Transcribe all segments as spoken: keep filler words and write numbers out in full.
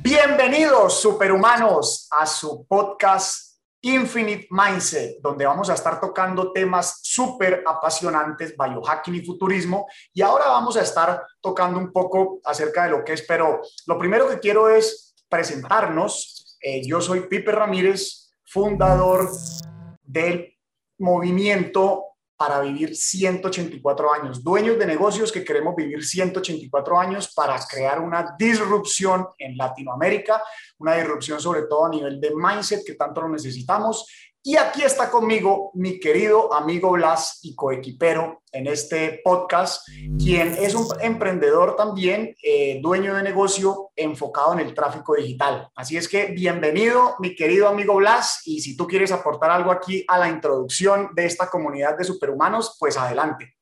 Bienvenidos, superhumanos, a su podcast Infinite Mindset, donde vamos a estar tocando temas súper apasionantes, biohacking y futurismo. Y ahora vamos a estar tocando un poco acerca de lo que es, pero lo primero que quiero es presentarnos. Eh, yo soy Pipe Ramírez, fundador del movimiento para vivir ciento ochenta y cuatro años, dueños de negocios que queremos vivir ciento ochenta y cuatro años para crear una disrupción en Latinoamérica, una disrupción sobre todo a nivel de mindset que tanto lo necesitamos. Y aquí está conmigo mi querido amigo Blas y coequipero en este podcast, quien es un emprendedor también, eh, dueño de negocio enfocado en el tráfico digital. Así es que bienvenido, mi querido amigo Blas, y si tú quieres aportar algo aquí a la introducción de esta comunidad de superhumanos, pues adelante.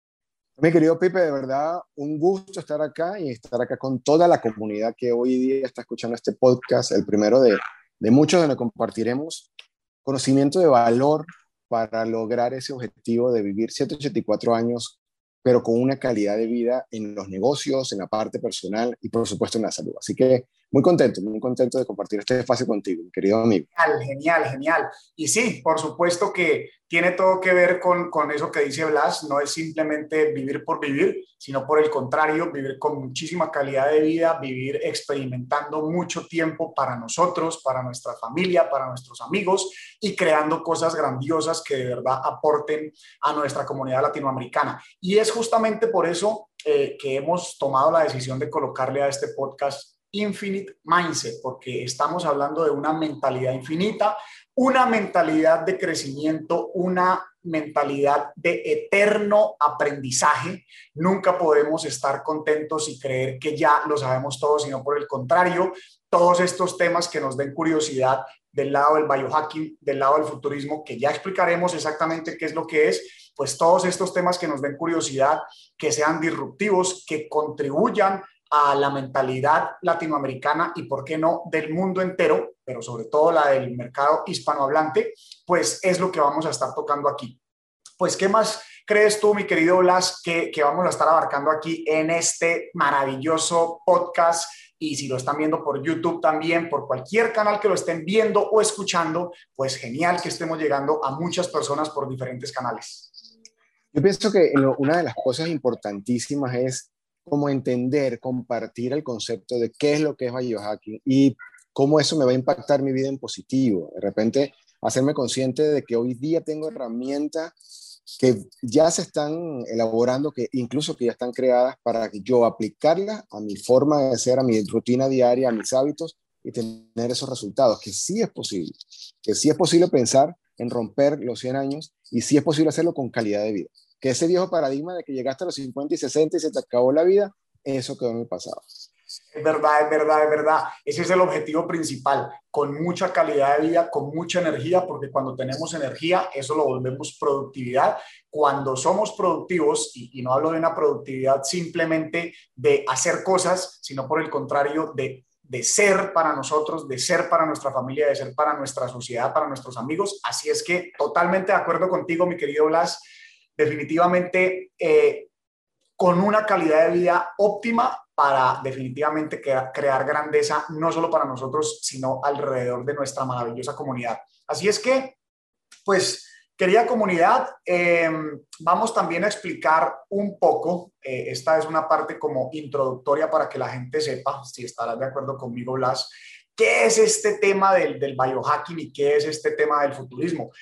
Mi querido Pipe, de verdad, un gusto estar acá y estar acá con toda la comunidad que hoy día está escuchando este podcast, el primero de, de muchos donde compartiremos conocimiento de valor para lograr ese objetivo de vivir ciento ochenta y cuatro años, pero con una calidad de vida en los negocios, en la parte personal y por supuesto en la salud. Así que muy contento, muy contento de compartir este espacio contigo, mi querido amigo. Genial, genial, genial. Y sí, por supuesto que tiene todo que ver con, con eso que dice Blas. No es simplemente vivir por vivir, sino por el contrario, vivir con muchísima calidad de vida, vivir experimentando mucho tiempo para nosotros, para nuestra familia, para nuestros amigos y creando cosas grandiosas que de verdad aporten a nuestra comunidad latinoamericana. Y es justamente por eso eh, que hemos tomado la decisión de colocarle a este podcast Infinite Mindset, porque estamos hablando de una mentalidad infinita, una mentalidad de crecimiento, una mentalidad de eterno aprendizaje. Nunca podemos estar contentos y creer que ya lo sabemos todo, sino por el contrario, todos estos temas que nos den curiosidad del lado del biohacking, del lado del futurismo, que ya explicaremos exactamente qué es lo que es, pues todos estos temas que nos den curiosidad, que sean disruptivos, que contribuyan a la mentalidad latinoamericana y, por qué no, del mundo entero, pero sobre todo la del mercado hispanohablante, pues es lo que vamos a estar tocando aquí. Pues, ¿qué más crees tú, mi querido Blas, que, que vamos a estar abarcando aquí en este maravilloso podcast? Y si lo están viendo por YouTube también, por cualquier canal que lo estén viendo o escuchando, pues genial que estemos llegando a muchas personas por diferentes canales. Yo pienso que una de las cosas importantísimas es como entender, compartir el concepto de qué es lo que es biohacking y cómo eso me va a impactar mi vida en positivo. De repente, hacerme consciente de que hoy día tengo herramientas que ya se están elaborando, que incluso que ya están creadas para que yo aplicarlas a mi forma de ser, a mi rutina diaria, a mis hábitos y tener esos resultados, que sí es posible, que sí es posible pensar en romper los cien años y sí es posible hacerlo con calidad de vida. Que ese viejo paradigma de que llegaste a los cincuenta y sesenta y se te acabó la vida, eso quedó en el pasado. Es verdad, es verdad, es verdad. Ese es el objetivo principal, con mucha calidad de vida, con mucha energía, porque cuando tenemos energía, eso lo volvemos productividad. Cuando somos productivos, y, y no hablo de una productividad simplemente de hacer cosas, sino por el contrario, de de ser para nosotros, de ser para nuestra familia, de ser para nuestra sociedad, para nuestros amigos. Así es que totalmente de acuerdo contigo, mi querido Blas. Definitivamente eh, con una calidad de vida óptima para definitivamente crear, crear grandeza, no solo para nosotros, sino alrededor de nuestra maravillosa comunidad. Así es que, pues, querida comunidad, eh, vamos también a explicar un poco, eh, esta es una parte como introductoria para que la gente sepa, si estarás de acuerdo conmigo, Blas, ¿qué es este tema del, del biohacking y qué es este tema del futurismo?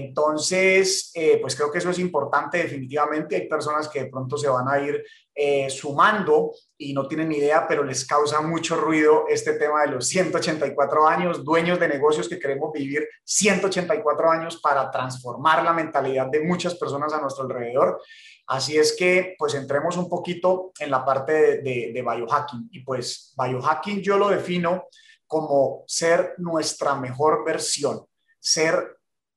Entonces, eh, pues creo que eso es importante definitivamente. Hay personas que de pronto se van a ir eh, sumando y no tienen ni idea, pero les causa mucho ruido este tema de los ciento ochenta y cuatro años, dueños de negocios que queremos vivir ciento ochenta y cuatro años para transformar la mentalidad de muchas personas a nuestro alrededor. Así es que, pues, entremos un poquito en la parte de, de, de biohacking. Y pues, biohacking yo lo defino como ser nuestra mejor versión, ser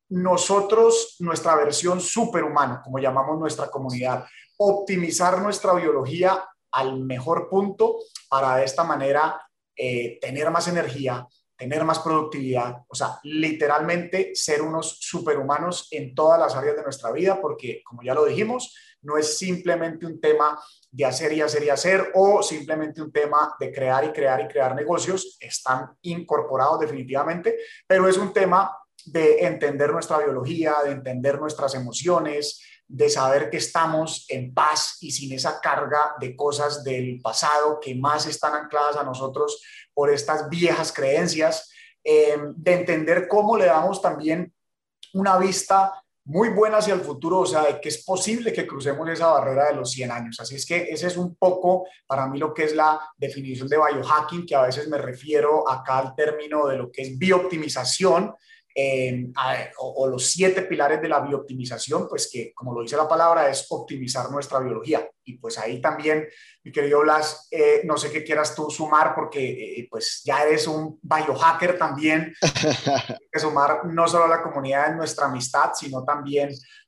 nosotros, nuestra versión superhumana, como llamamos nuestra comunidad, optimizar nuestra biología al mejor punto para de esta manera eh, tener más energía, tener más productividad, o sea, literalmente ser unos superhumanos en todas las áreas de nuestra vida, porque como ya lo dijimos, no es simplemente un tema de hacer y hacer y hacer, o simplemente un tema de crear y crear y crear negocios, están incorporados definitivamente, pero es un tema de entender nuestra biología, de entender nuestras emociones, de saber que estamos en paz y sin esa carga de cosas del pasado que más están ancladas a nosotros por estas viejas creencias, eh, de entender cómo le damos también una vista muy buena hacia el futuro, o sea, de que es posible que crucemos esa barrera de los cien años. Así es que ese es un poco para mí lo que es la definición de biohacking, que a veces me refiero acá al término de lo que es biooptimización, eh, a, o, o los siete pilares de la biooptimización, pues que, como lo dice la palabra, es optimizar nuestra biología. Y pues ahí también, mi querido Blas, eh, no sé qué quieras tú sumar, porque eh, pues ya eres un biohacker también, que sumar no solo a la comunidad de nuestra amistad, sino también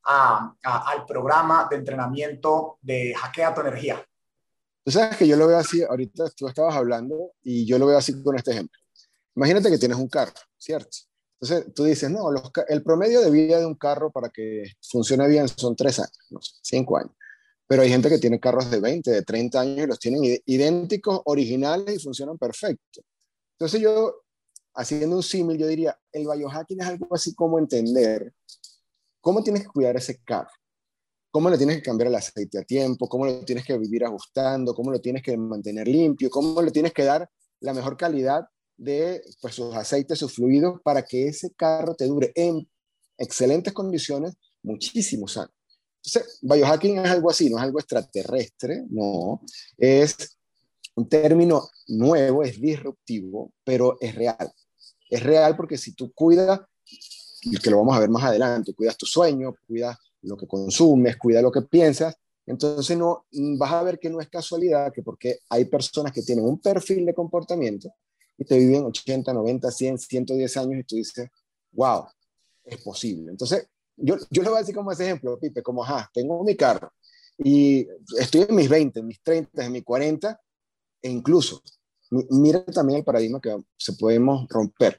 a, a, al programa de entrenamiento de Hackea tu Energía. Tú sabes que yo lo veo así, ahorita tú estabas hablando y yo lo veo así con este ejemplo. Imagínate que tienes un carro, ¿cierto? Entonces tú dices, no, los, el promedio de vida de un carro para que funcione bien son tres años, no sé, cinco años. Pero hay gente que tiene carros de veinte, de treinta años y los tienen idénticos, originales y funcionan perfecto. Entonces yo, haciendo un símil, yo diría, el biohacking es algo así como entender cómo tienes que cuidar ese carro, cómo le tienes que cambiar el aceite a tiempo, cómo lo tienes que vivir ajustando, cómo lo tienes que mantener limpio, cómo le tienes que dar la mejor calidad de pues, sus aceites, sus fluidos, para que ese carro te dure en excelentes condiciones muchísimos años. Entonces, biohacking es algo así, no es algo extraterrestre, no, es un término nuevo, es disruptivo, pero es real. Es real porque si tú cuidas, y que lo vamos a ver más adelante, cuidas tu sueño, cuidas lo que consumes, cuidas lo que piensas, entonces no, vas a ver que no es casualidad que porque hay personas que tienen un perfil de comportamiento y te viven ochenta, noventa, cien, ciento diez años y tú dices, wow, es posible. Entonces, yo, yo lo voy a decir como ese ejemplo, Pipe, como, ajá, tengo mi carro y estoy en mis veinte, en mis treinta, en mis cuarenta, e incluso, mira también el paradigma que se podemos romper.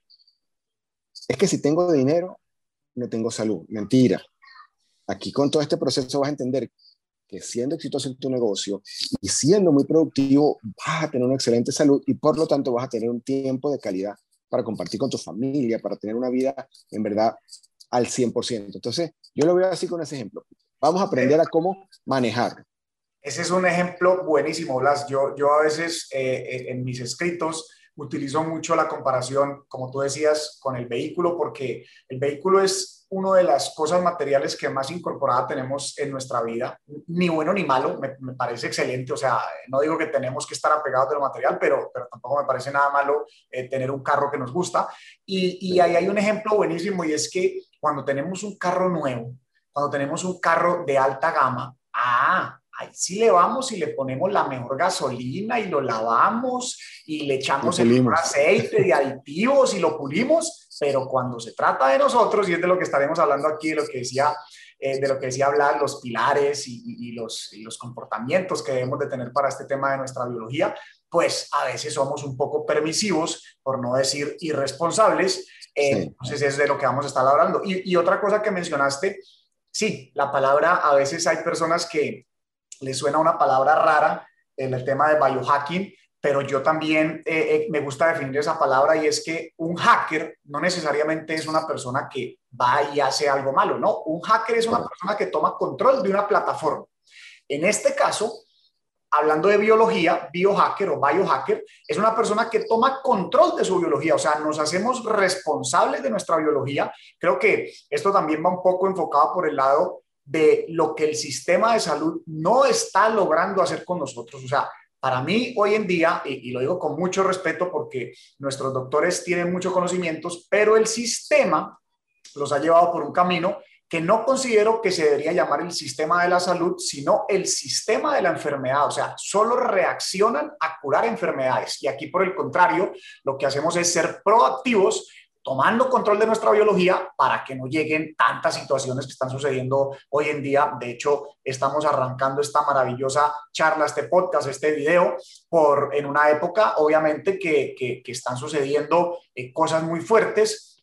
Es que si tengo dinero, no tengo salud. Mentira. Aquí con todo este proceso vas a entender que siendo exitoso en tu negocio y siendo muy productivo, vas a tener una excelente salud y por lo tanto vas a tener un tiempo de calidad para compartir con tu familia, para tener una vida en verdad al cien por ciento. Entonces, yo lo veo así con ese ejemplo. Vamos a aprender a cómo manejar. Ese es un ejemplo buenísimo, Blas. Yo, yo a veces eh, en mis escritos utilizo mucho la comparación, como tú decías, con el vehículo, porque el vehículo es una de las cosas materiales que más incorporada tenemos en nuestra vida. Ni bueno ni malo, me, me parece excelente. O sea, no digo que tenemos que estar apegados de lo material, pero, pero tampoco me parece nada malo eh, tener un carro que nos gusta. Y, y ahí hay un ejemplo buenísimo y es que cuando tenemos un carro nuevo, cuando tenemos un carro de alta gama, ah, ahí sí le vamos y le ponemos la mejor gasolina y lo lavamos y le echamos el mejor aceite y aditivos y lo pulimos, pero cuando se trata de nosotros, y es de lo que estaremos hablando aquí, de lo que decía, eh, de lo que decía hablar, los pilares y, y, y, los, y los comportamientos que debemos de tener para este tema de nuestra biología, pues a veces somos un poco permisivos, por no decir irresponsables, eh, sí. Entonces es de lo que vamos a estar hablando. Y, y otra cosa que mencionaste, sí, la palabra, a veces hay personas que le suena una palabra rara en el tema de biohacking, pero yo también eh, eh, me gusta definir esa palabra y es que un hacker no necesariamente es una persona que va y hace algo malo, ¿no? Un hacker es una persona que toma control de una plataforma. En este caso, hablando de biología, biohacker o biohacker es una persona que toma control de su biología, o sea, nos hacemos responsables de nuestra biología. Creo que esto también va un poco enfocado por el lado de lo que el sistema de salud no está logrando hacer con nosotros. O sea, para mí hoy en día, y, y lo digo con mucho respeto porque nuestros doctores tienen muchos conocimientos, pero el sistema los ha llevado por un camino que no considero que se debería llamar el sistema de la salud, sino el sistema de la enfermedad. O sea, solo reaccionan a curar enfermedades. Y aquí, por el contrario, lo que hacemos es ser proactivos, tomando control de nuestra biología para que no lleguen tantas situaciones que están sucediendo hoy en día. De hecho, estamos arrancando esta maravillosa charla, este podcast, este video, por, en una época, obviamente, que, que, que están sucediendo eh, cosas muy fuertes.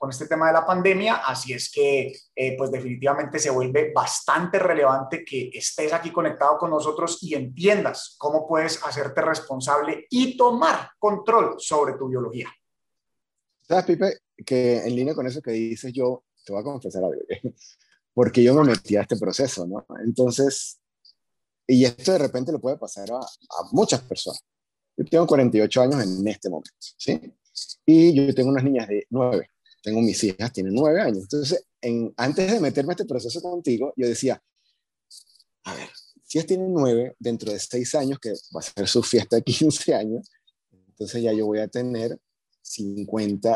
con este tema de la pandemia, así es que eh, pues definitivamente se vuelve bastante relevante que estés aquí conectado con nosotros y entiendas cómo puedes hacerte responsable y tomar control sobre tu biología. ¿Sabes, Pipe? Que en línea con eso que dices, yo te voy a confesar algo, porque yo me metí a este proceso, ¿no? Entonces, y esto de repente le puede pasar a, a muchas personas. Yo tengo cuarenta y ocho años en este momento, ¿sí? Y yo tengo unas niñas de nueve. Tengo mis hijas, tienen nueve años. Entonces, en, antes de meterme a este proceso contigo, yo decía, a ver, si ellas tienen nueve, dentro de seis años, que va a ser su fiesta de quince años, entonces ya yo voy a tener cincuenta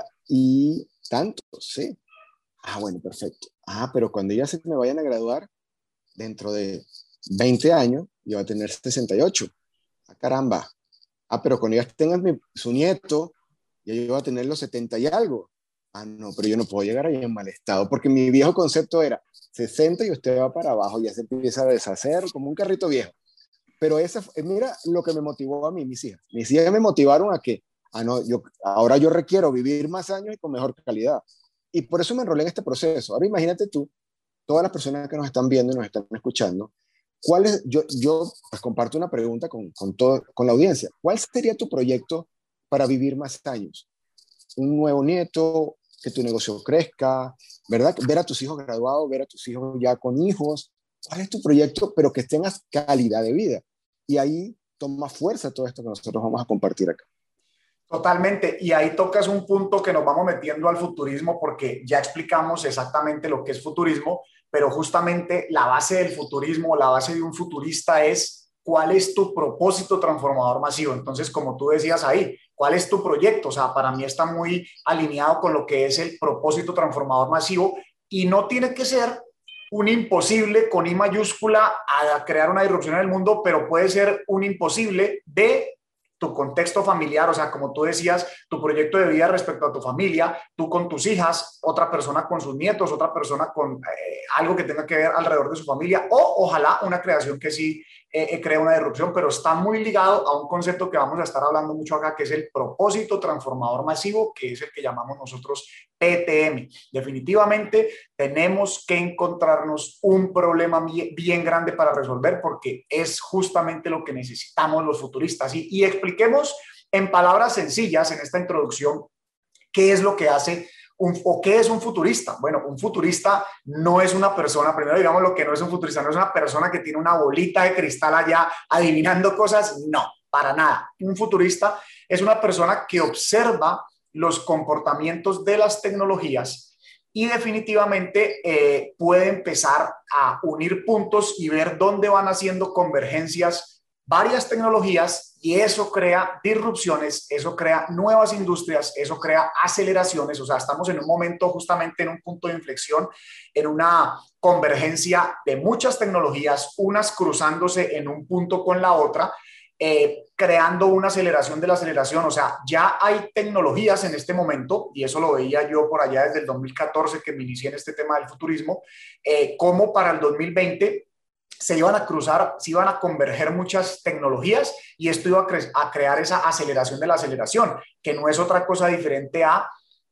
y tantos, ¿sí? Ah, bueno, perfecto. Ah, pero cuando ellas se me vayan a graduar, dentro de veinte años, yo voy a tener sesenta y ocho. Ah, caramba. Ah, pero cuando ellas tengan mi, su nieto, ya yo voy a tener los setenta y algo. Ah, no, pero yo no puedo llegar ahí en mal estado, porque mi viejo concepto era sesenta y usted va para abajo, ya se empieza a deshacer como un carrito viejo. Pero esa, mira lo que me motivó a mí, mis hijas. Mis hijas me motivaron a que, ah, no, yo, ahora yo requiero vivir más años y con mejor calidad. Y por eso me enrolé en este proceso. Ahora imagínate tú, todas las personas que nos están viendo y nos están escuchando, ¿cuál es, yo, yo pues comparto una pregunta con, con, todo, con la audiencia. ¿Cuál sería tu proyecto para vivir más años? Un nuevo nieto, que tu negocio crezca, ¿verdad? Ver a tus hijos graduados, ver a tus hijos ya con hijos. ¿Cuál es tu proyecto? Pero que tengas calidad de vida. Y ahí toma fuerza todo esto que nosotros vamos a compartir acá. Totalmente, y ahí tocas un punto que nos vamos metiendo al futurismo porque ya explicamos exactamente lo que es futurismo, pero justamente la base del futurismo, la base de un futurista es cuál es tu propósito transformador masivo. Entonces, como tú decías ahí, ¿cuál es tu proyecto? O sea, para mí está muy alineado con lo que es el propósito transformador masivo y no tiene que ser un imposible con I mayúscula a crear una disrupción en el mundo, pero puede ser un imposible de tu contexto familiar, o sea, como tú decías, tu proyecto de vida respecto a tu familia, tú con tus hijas, otra persona con sus nietos, otra persona con eh, algo que tenga que ver alrededor de su familia, o ojalá una creación que sí eh, eh, crea una disrupción, pero está muy ligado a un concepto que vamos a estar hablando mucho acá, que es el propósito transformador masivo, que es el que llamamos nosotros P T M. Definitivamente tenemos que encontrarnos un problema bien, bien grande para resolver porque es justamente lo que necesitamos los futuristas. Y, y expliquemos en palabras sencillas en esta introducción qué es lo que hace un, o qué es un futurista. Bueno, un futurista no es una persona, primero digamos lo que no es un futurista, no es una persona que tiene una bolita de cristal allá adivinando cosas, no, para nada. Un futurista es una persona que observa los comportamientos de las tecnologías y definitivamente eh, puede empezar a unir puntos y ver dónde van haciendo convergencias varias tecnologías y eso crea disrupciones, eso crea nuevas industrias, eso crea aceleraciones, o sea, estamos en un momento justamente en un punto de inflexión, en una convergencia de muchas tecnologías, unas cruzándose en un punto con la otra, eh, creando una aceleración de la aceleración, o sea, ya hay tecnologías en este momento, y eso lo veía yo por allá desde el dos mil catorce que me inicié en este tema del futurismo, eh, como para el dos mil veinte se iban a cruzar, se iban a converger muchas tecnologías y esto iba a, cre a crear esa aceleración de la aceleración, que no es otra cosa diferente a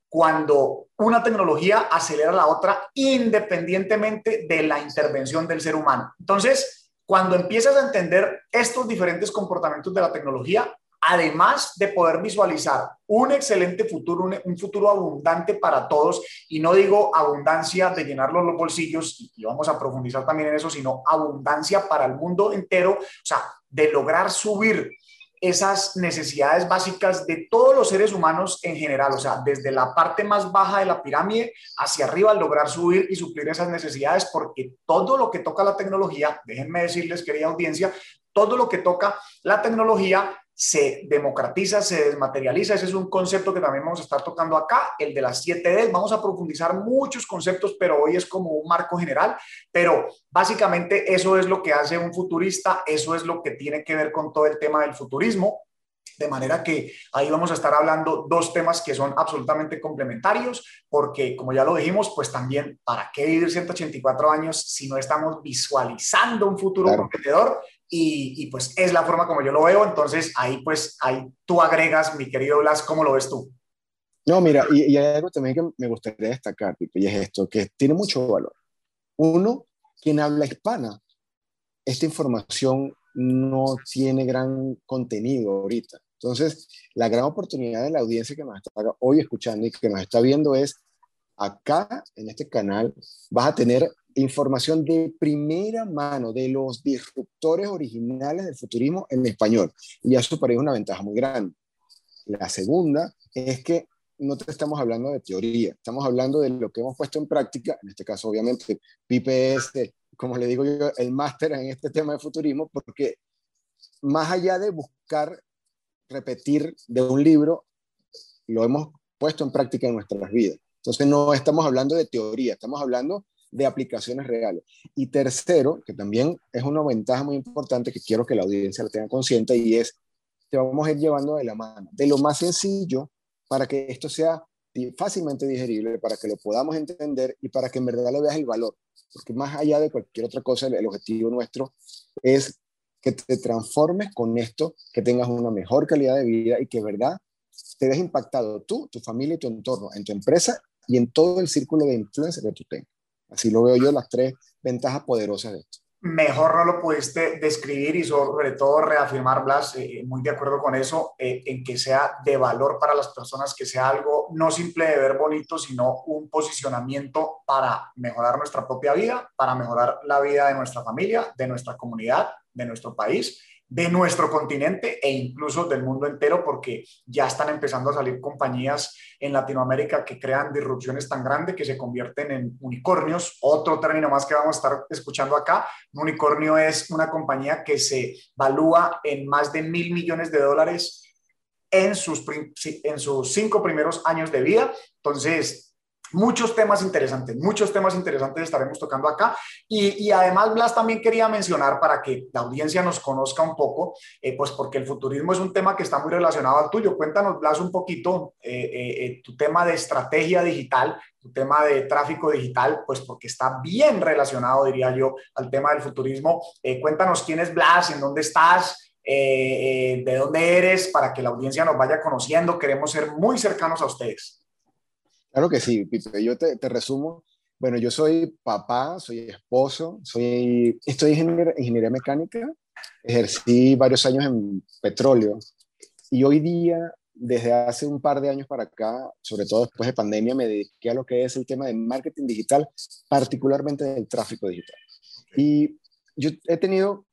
cuando una tecnología acelera a la otra independientemente de la intervención del ser humano. Entonces, cuando empiezas a entender estos diferentes comportamientos de la tecnología, además de poder visualizar un excelente futuro, un, un futuro abundante para todos, y no digo abundancia de llenarlos los bolsillos, y, y vamos a profundizar también en eso, sino abundancia para el mundo entero, o sea, de lograr subir esas necesidades básicas de todos los seres humanos en general, o sea, desde la parte más baja de la pirámide hacia arriba, lograr subir y suplir esas necesidades, porque todo lo que toca la tecnología, déjenme decirles, querida audiencia, todo lo que toca la tecnología se democratiza, se desmaterializa. Ese es un concepto que también vamos a estar tocando acá, el de las siete D. Vamos a profundizar muchos conceptos, pero hoy es como un marco general. Pero básicamente eso es lo que hace un futurista, eso es lo que tiene que ver con todo el tema del futurismo. De manera que ahí vamos a estar hablando dos temas que son absolutamente complementarios, porque como ya lo dijimos, pues también, ¿para qué vivir ciento ochenta y cuatro años si no estamos visualizando un futuro claro. prometedor? Y, y pues es la forma como yo lo veo. Entonces ahí pues ahí tú agregas, mi querido Blas, ¿cómo lo ves tú? No, mira, y, y hay algo también que me gustaría destacar, Pipe, y es esto, que tiene mucho valor. Uno, quien habla hispana, esta información no tiene gran contenido ahorita. Entonces, la gran oportunidad de la audiencia que nos está hoy escuchando y que nos está viendo es acá en este canal vas a tener información de primera mano de los disruptores originales del futurismo en español. Y eso para ellos es una ventaja muy grande. La segunda es que no te estamos hablando de teoría, estamos hablando de lo que hemos puesto en práctica, en este caso obviamente Pipe es, como le digo yo, el máster en este tema de futurismo, porque más allá de buscar repetir de un libro, lo hemos puesto en práctica en nuestras vidas. Entonces no estamos hablando de teoría, estamos hablando de aplicaciones reales. Y tercero, que también es una ventaja muy importante que quiero que la audiencia la tenga consciente, y es te vamos a ir llevando de la mano, de lo más sencillo para que esto sea fácilmente digerible, para que lo podamos entender y para que en verdad le veas el valor. Porque más allá de cualquier otra cosa, el objetivo nuestro es que te transformes con esto, que tengas una mejor calidad de vida y que en verdad te ves impactado tú, tu familia y tu entorno, en tu empresa y en todo el círculo de influencia que tú tengas. Así lo veo yo, las tres ventajas poderosas de esto. Mejor no lo pudiste describir y sobre todo reafirmar, Blas, eh, muy de acuerdo con eso, eh, en que sea de valor para las personas, que sea algo no simple de ver bonito, sino un posicionamiento para mejorar nuestra propia vida, para mejorar la vida de nuestra familia, de nuestra comunidad, de nuestro país, de nuestro continente e incluso del mundo entero, porque ya están empezando a salir compañías en Latinoamérica que crean disrupciones tan grandes que se convierten en unicornios. Otro término más que vamos a estar escuchando acá. Un unicornio es una compañía que se valúa en más de mil millones de dólares en sus, en sus cinco primeros años de vida. Entonces, muchos temas interesantes, muchos temas interesantes estaremos tocando acá. Y, y además, Blas, también quería mencionar para que la audiencia nos conozca un poco, eh, pues porque el futurismo es un tema que está muy relacionado al tuyo. Cuéntanos, Blas, un poquito eh, eh, eh, tu tema de estrategia digital, tu tema de tráfico digital, pues porque está bien relacionado, diría yo, al tema del futurismo. Eh, cuéntanos quién es Blas, en dónde estás, eh, eh, de dónde eres, para que la audiencia nos vaya conociendo. Queremos ser muy cercanos a ustedes. Claro que sí, Pipe. Yo te, te resumo. Bueno, yo soy papá, soy esposo, soy, estoy en ingeniería, ingeniería mecánica, ejercí varios años en petróleo y hoy día, desde hace un par de años para acá, sobre todo después de pandemia, me dediqué a lo que es el tema de marketing digital, particularmente del tráfico digital. Y yo he tenido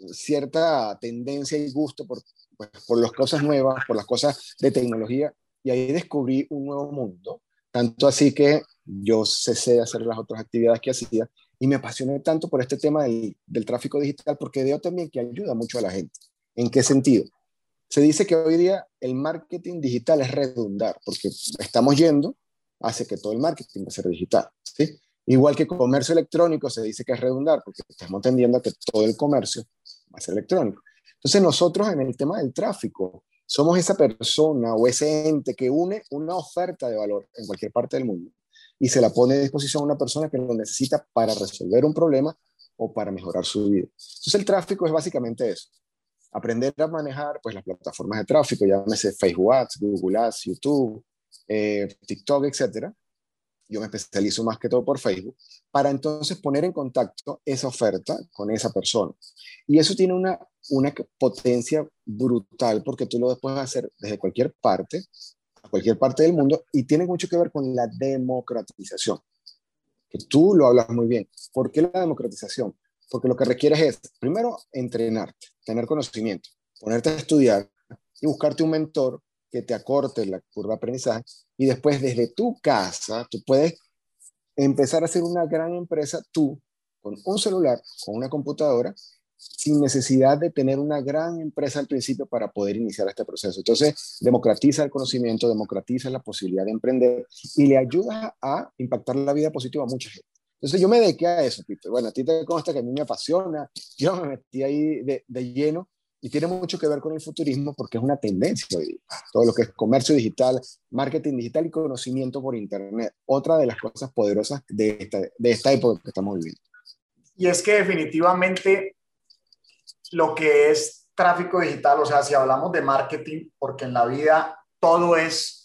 cierta tendencia y gusto por, pues, por las cosas nuevas, por las cosas de tecnología, y ahí descubrí un nuevo mundo, tanto así que yo cesé de hacer las otras actividades que hacía y me apasioné tanto por este tema del, del tráfico digital porque veo también que ayuda mucho a la gente. ¿En qué sentido? Se dice que hoy día el marketing digital es redundar, porque estamos yendo hacia que todo el marketing va a ser digital, ¿sí? Igual que comercio electrónico se dice que es redundar, porque estamos entendiendo que todo el comercio va a ser electrónico. Entonces nosotros en el tema del tráfico somos esa persona o ese ente que une una oferta de valor en cualquier parte del mundo y se la pone a disposición a una persona que lo necesita para resolver un problema o para mejorar su vida. Entonces el tráfico es básicamente eso. Aprender a manejar pues, las plataformas de tráfico, llámese Facebook Ads, Google Ads, YouTube, eh, TikTok, etcétera. Yo me especializo más que todo por Facebook, para entonces poner en contacto esa oferta con esa persona. Y eso tiene una, una potencia brutal porque tú lo puedes hacer desde cualquier parte, a cualquier parte del mundo, y tiene mucho que ver con la democratización, que tú lo hablas muy bien. ¿Por qué la democratización? Porque lo que requieres es, primero, entrenarte, tener conocimiento, ponerte a estudiar y buscarte un mentor que te acorte la curva de aprendizaje y después desde tu casa tú puedes empezar a hacer una gran empresa tú con un celular, con una computadora, sin necesidad de tener una gran empresa al principio para poder iniciar este proceso. Entonces, democratiza el conocimiento, democratiza la posibilidad de emprender y le ayuda a impactar la vida positiva a mucha gente. Entonces, yo me dediqué a eso, Peter. Bueno, a ti te consta que a mí me apasiona, yo me metí ahí de, de lleno y tiene mucho que ver con el futurismo porque es una tendencia hoy día. Todo lo que es comercio digital, marketing digital y conocimiento por Internet. Otra de las cosas poderosas de esta, de esta época que estamos viviendo. Y es que definitivamente lo que es tráfico digital, o sea, si hablamos de marketing, porque en la vida todo es,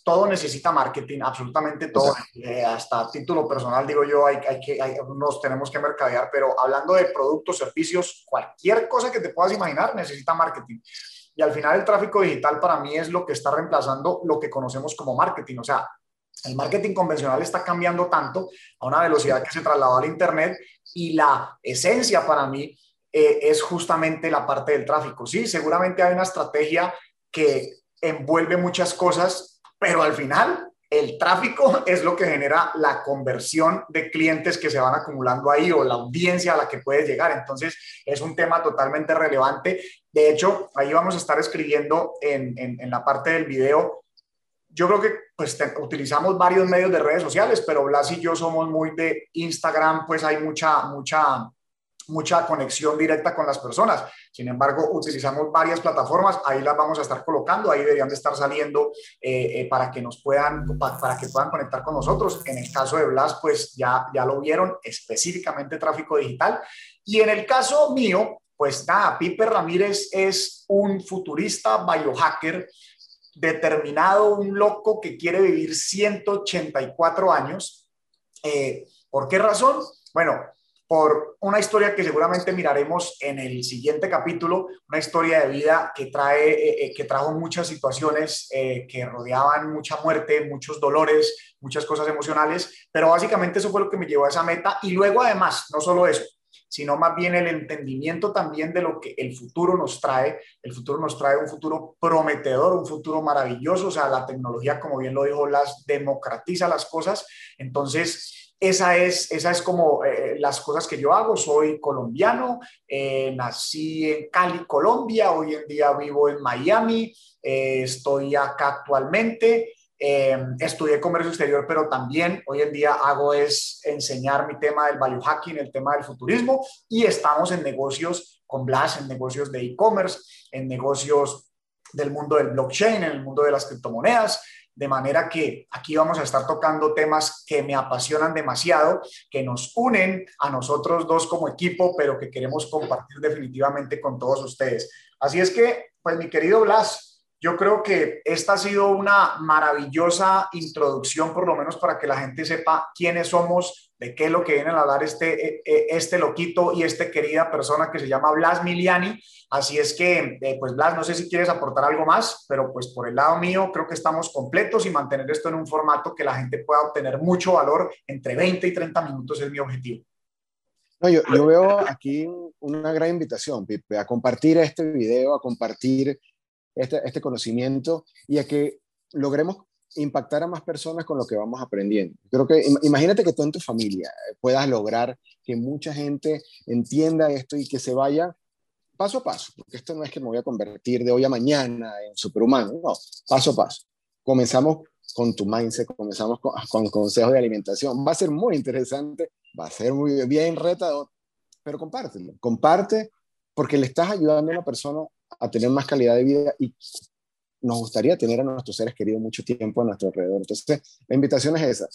todo necesita marketing, absolutamente todo. Eh, hasta a título personal digo yo, hay, hay que, hay, nos tenemos que mercadear, pero hablando de productos, servicios, cualquier cosa que te puedas imaginar necesita marketing. Y al final el tráfico digital para mí es lo que está reemplazando lo que conocemos como marketing. O sea, el marketing convencional está cambiando tanto a una velocidad que se trasladó al internet, y la esencia para mí eh, es justamente la parte del tráfico. Sí, seguramente hay una estrategia que envuelve muchas cosas, pero al final el tráfico es lo que genera la conversión de clientes que se van acumulando ahí, o la audiencia a la que puedes llegar. Entonces es un tema totalmente relevante. De hecho, ahí vamos a estar escribiendo en, en, en la parte del video. Yo creo que pues, te, utilizamos varios medios de redes sociales, pero Blas y yo somos muy de Instagram, pues hay mucha, mucha, mucha conexión directa con las personas. Sin embargo, utilizamos varias plataformas, ahí las vamos a estar colocando, ahí deberían de estar saliendo eh, eh, para que nos puedan, para, para que puedan conectar con nosotros. En el caso de Blas, pues ya, ya lo vieron, específicamente tráfico digital. Y en el caso mío, pues nada, Pipe Ramírez es un futurista biohacker determinado, un loco que quiere vivir ciento ochenta y cuatro años. Eh, ¿Por qué razón? Bueno, por una historia que seguramente miraremos en el siguiente capítulo, una historia de vida que, trae, eh, que trajo muchas situaciones eh, que rodeaban mucha muerte, muchos dolores, muchas cosas emocionales, pero básicamente eso fue lo que me llevó a esa meta. Y luego además, no solo eso, sino más bien el entendimiento también de lo que el futuro nos trae. El futuro nos trae un futuro prometedor, un futuro maravilloso. O sea, la tecnología, como bien lo dijo, las democratiza las cosas. Entonces, esa es, esa es como eh, las cosas que yo hago. Soy colombiano, eh, nací en Cali, Colombia. Hoy en día vivo en Miami. Eh, estoy acá actualmente. Eh, estudié comercio exterior, pero también hoy en día hago es enseñar mi tema del biohacking, el tema del futurismo, y estamos en negocios con Blas, en negocios de e-commerce, en negocios del mundo del blockchain, en el mundo de las criptomonedas, de manera que aquí vamos a estar tocando temas que me apasionan demasiado, que nos unen a nosotros dos como equipo, pero que queremos compartir definitivamente con todos ustedes. Así es que, pues mi querido Blas, yo creo que esta ha sido una maravillosa introducción, por lo menos para que la gente sepa quiénes somos, de qué es lo que viene a hablar este, este loquito y esta querida persona que se llama Blas Miliani. Así es que, eh, pues Blas, no sé si quieres aportar algo más, pero pues por el lado mío creo que estamos completos, y mantener esto en un formato que la gente pueda obtener mucho valor entre veinte y treinta minutos es mi objetivo. No, yo, yo veo aquí una gran invitación, Pipe, a compartir este video, a compartir Este, este conocimiento, y a que logremos impactar a más personas con lo que vamos aprendiendo. Creo que imagínate que tú en tu familia puedas lograr que mucha gente entienda esto y que se vaya paso a paso, porque esto no es que me voy a convertir de hoy a mañana en superhumano, no, paso a paso. Comenzamos con tu mindset, comenzamos con, con consejos de alimentación. Va a ser muy interesante, va a ser muy bien retador, pero compártelo, comparte, porque le estás ayudando a una persona a tener más calidad de vida, y nos gustaría tener a nuestros seres queridos mucho tiempo a nuestro alrededor. Entonces, la invitación es esa.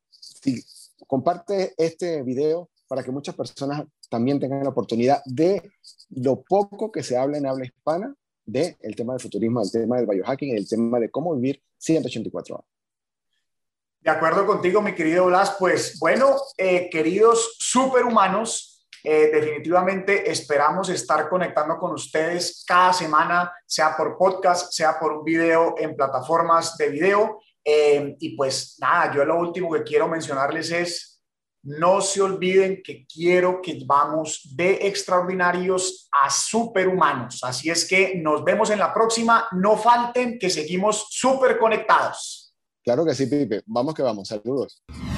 Sí, comparte este video para que muchas personas también tengan la oportunidad de lo poco que se habla en habla hispana del tema del futurismo, del tema del biohacking y del tema de cómo vivir ciento ochenta y cuatro años. De acuerdo contigo, mi querido Blas. Pues bueno, eh, queridos superhumanos, Eh, definitivamente esperamos estar conectando con ustedes cada semana, sea por podcast, sea por un video en plataformas de video. Eh, y pues nada, yo lo último que quiero mencionarles es: no se olviden que quiero que vamos de extraordinarios a superhumanos. Así es que nos vemos en la próxima. No falten, que seguimos súper conectados. Claro que sí, Pipe. Vamos que vamos. Saludos.